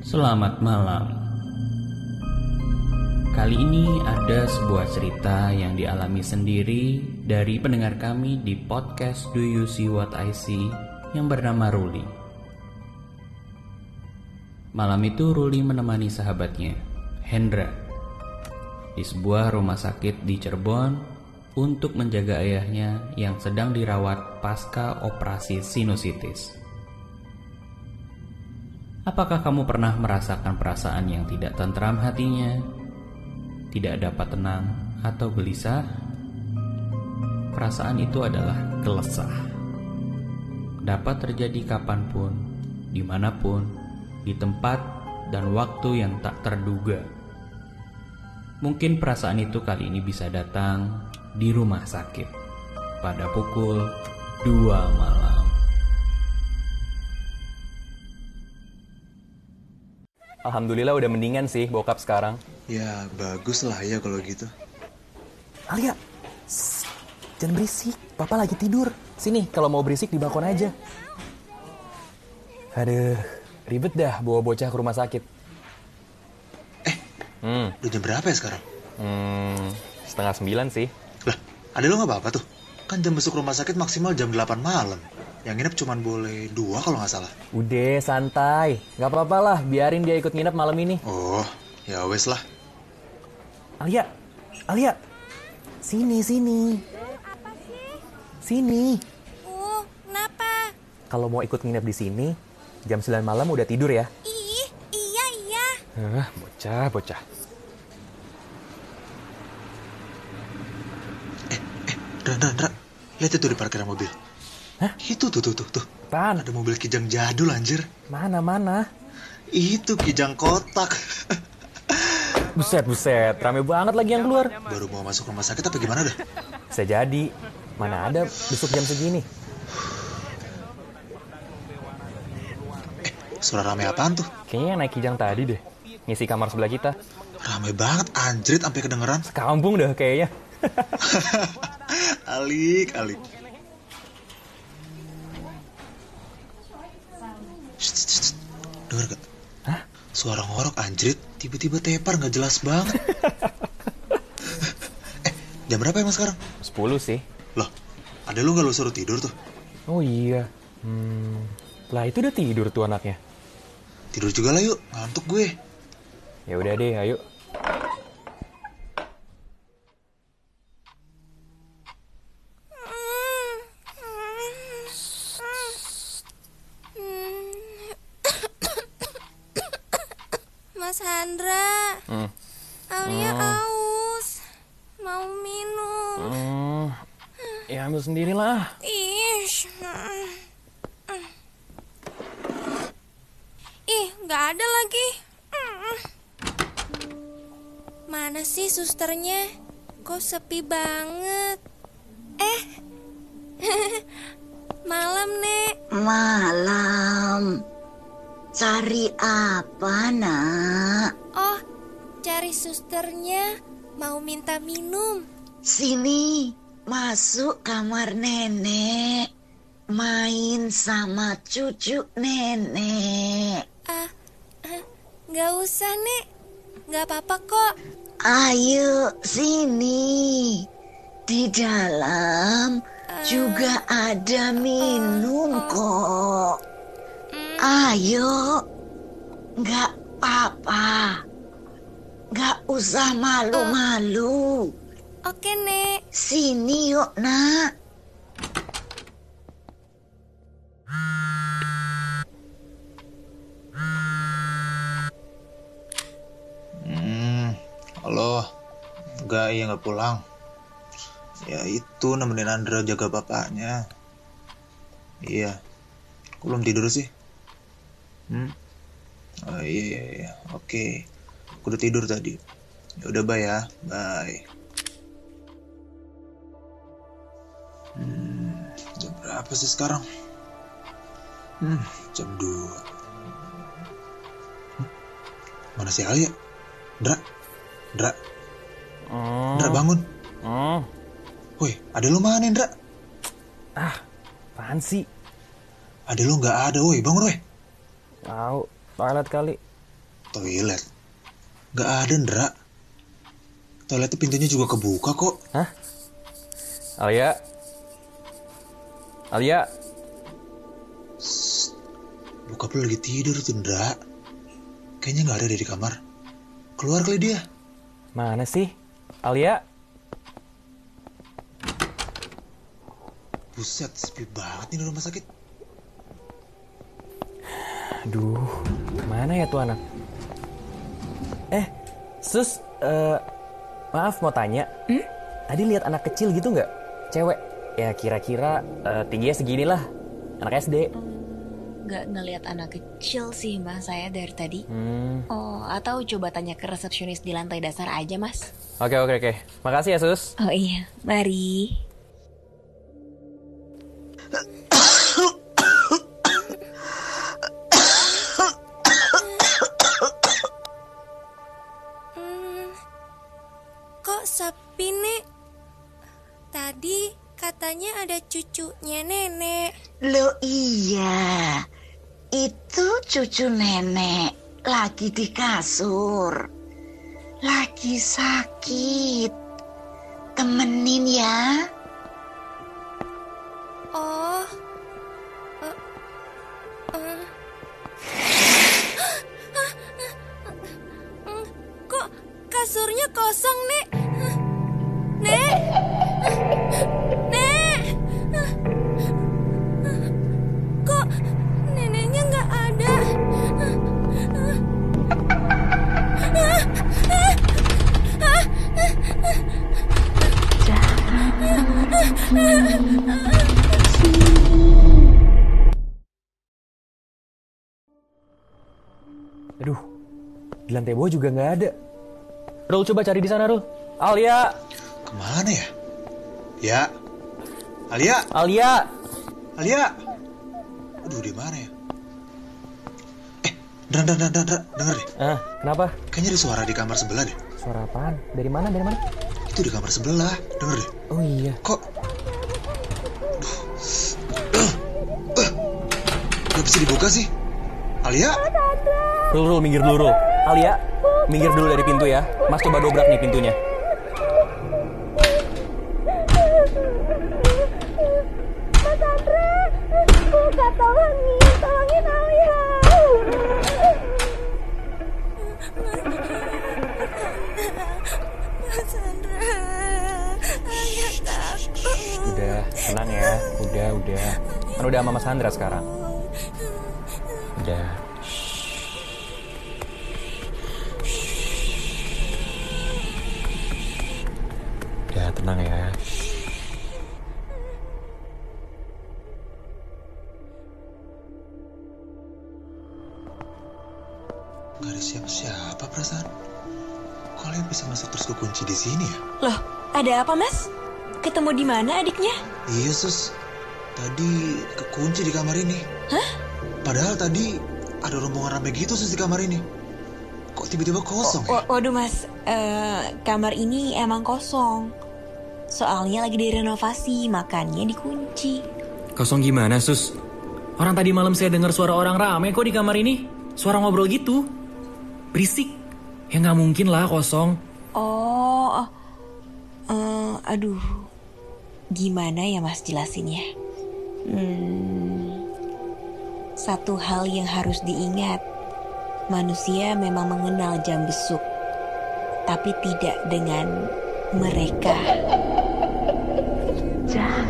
Selamat malam. Kali ini ada sebuah cerita yang dialami sendiri dari pendengar kami di podcast Do You See What I See yang bernama Ruli. Malam itu Ruli menemani sahabatnya, Hendra, di sebuah rumah sakit di Cirebon untuk menjaga ayahnya yang sedang dirawat pasca operasi sinusitis. Apakah kamu pernah merasakan perasaan yang tidak tentram hatinya, tidak dapat tenang atau gelisah? Perasaan itu adalah gelisah. Dapat terjadi kapanpun, dimanapun, di tempat dan waktu yang tak terduga. Mungkin perasaan itu kali ini bisa datang di rumah sakit pada pukul 2 malam. Alhamdulillah udah mendingan sih bokap sekarang. Ya bagus lah ya kalau gitu. Alia, jangan berisik, papa lagi tidur. Sini kalau mau berisik di balkon aja. Aduh, ribet dah bawa bocah ke rumah sakit. Udah jam berapa ya sekarang? 8:30 sih. Lah, ada lo gak apa-apa tuh? Kan jam masuk rumah sakit maksimal jam 8 malam. Yang nginep cuma boleh 2 kalau gak salah. Udah santai, gak apa-apa lah, biarin dia ikut nginep malam ini. Oh, ya wes lah. Alia, sini. Apa sih? Sini. Kenapa? Kalau mau ikut nginep di sini, jam 9 malam udah tidur ya. Iya. Bocah. Ndra, lihat itu di parkiran mobil. Hah? Itu tuh. Apaan? Ada mobil kijang jadul anjir. Mana? Itu kijang kotak. Buset, rame banget lagi yang keluar. Baru mau masuk rumah sakit apa gimana dah? Bisa jadi, mana ada besok jam segini. Suara rame apaan tuh? Kayaknya yang naik kijang tadi deh, ngisi kamar sebelah kita. Rame banget anjrit sampai kedengeran. Sekampung dah kayaknya. Alik. Shh. Dengar gak? Hah? Suara ngorok anjrit, tiba-tiba tepar gak jelas banget. Jam berapa emang sekarang? 10 sih. Loh, ada lu gak lu suruh tidur tuh? Oh iya. Lah itu udah tidur tuh anaknya. Tidur juga lah yuk, ngantuk gue. Ya udah deh, ayo. Mas Hendra, Alia aus, mau minum. Ya ambil sendirilah. Nggak ada lagi. Mana sih susternya? Kok sepi banget? Malam, Nek. Malam. Cari apa, Nak? Oh, cari susternya. Mau minta minum. Sini, masuk kamar nenek. Main sama cucu nenek. Nggak usah, Nek. Nggak apa-apa kok. Ayo, sini. Di dalam juga ada minum kok. Ayo, nggak apa-apa. Nggak usah malu-malu. Oke, Nek. Sini yuk, Nak. Halo, nggak pulang. Ya itu nemenin Andra jaga bapaknya. Iya, kok belum tidur sih? Oh iya, oke. Aku udah tidur tadi. Ya udah bye ya, bye. Jam berapa sih sekarang? Jam 2. Mana si Alia? Ndra, bangun. Woi, ada lu mana, Ndra? Apaan sih? Ada lu nggak ada, woi, bangun, woi. Tahu, toilet kali. Toilet? Gak ada, Ndra. Toilet pintunya juga kebuka kok. Hah? Alia? Alia? Bokap lu lagi tidur tuh, Ndra. Kayaknya gak ada deh di kamar. Keluar kali dia. Mana sih? Alia? Buset, sepi banget nih di rumah sakit. Aduh, mana ya tuh anak? Sus, maaf mau tanya. Tadi lihat anak kecil gitu nggak? Cewek. Ya kira-kira tingginya segini lah. Anak SD. Nggak ngelihat anak kecil sih mas saya dari tadi. Oh, atau coba tanya ke resepsionis di lantai dasar aja mas. Oke. Makasih ya sus. Oh iya, mari. Kok sepi, Nek? Tadi katanya ada cucunya nenek. Loh iya, itu cucu nenek lagi di kasur. Lagi sakit. Temenin ya. Oh. Kok kasurnya kosong, Nek? Nek? Nek? Kok neneknya nggak ada? Aduh, di lantai bawah juga nggak ada. Rul, coba cari di sana, Rul. Alia! Kemana ya? Ya. Alia! Alia! Alia! Aduh, di mana ya? Ndra, denger deh. Kenapa? Kayaknya ada suara di kamar sebelah deh. Suara apaan? Dari mana? Itu di kamar sebelah, denger deh. Oh iya. Kok? Gak bisa dibuka sih? Alia? Rul, minggir dulu, Rul. Alia, minggir dulu dari pintu ya. Mas coba dobrak nih pintunya. Mas Andre, buka, tolongin Alia. Mas Andre, Alia takut. Udah, tenang ya. Udah. Kan udah sama Mas Handra sekarang. Udah. Udah, tenang ya. Gak ada siapa-siapa perasaan. Kok kalian bisa masuk terus kekunci di sini ya? Loh, ada apa mas? Ketemu di mana adiknya? Iya, Sus. Tadi kekunci di kamar ini. Hah? Padahal tadi ada rombongan rame gitu, Sus, di kamar ini. Kok tiba-tiba kosong ya? Waduh mas, kamar ini emang kosong. Soalnya lagi direnovasi, makanya dikunci. Kosong gimana, Sus? Orang tadi malam saya dengar suara orang rame kok di kamar ini. Suara ngobrol gitu. Berisik. Ya nggak mungkin lah kosong. Aduh. Gimana ya mas jelasinnya? Satu hal yang harus diingat. Manusia memang mengenal jam besuk. Tapi tidak dengan mereka. Jangan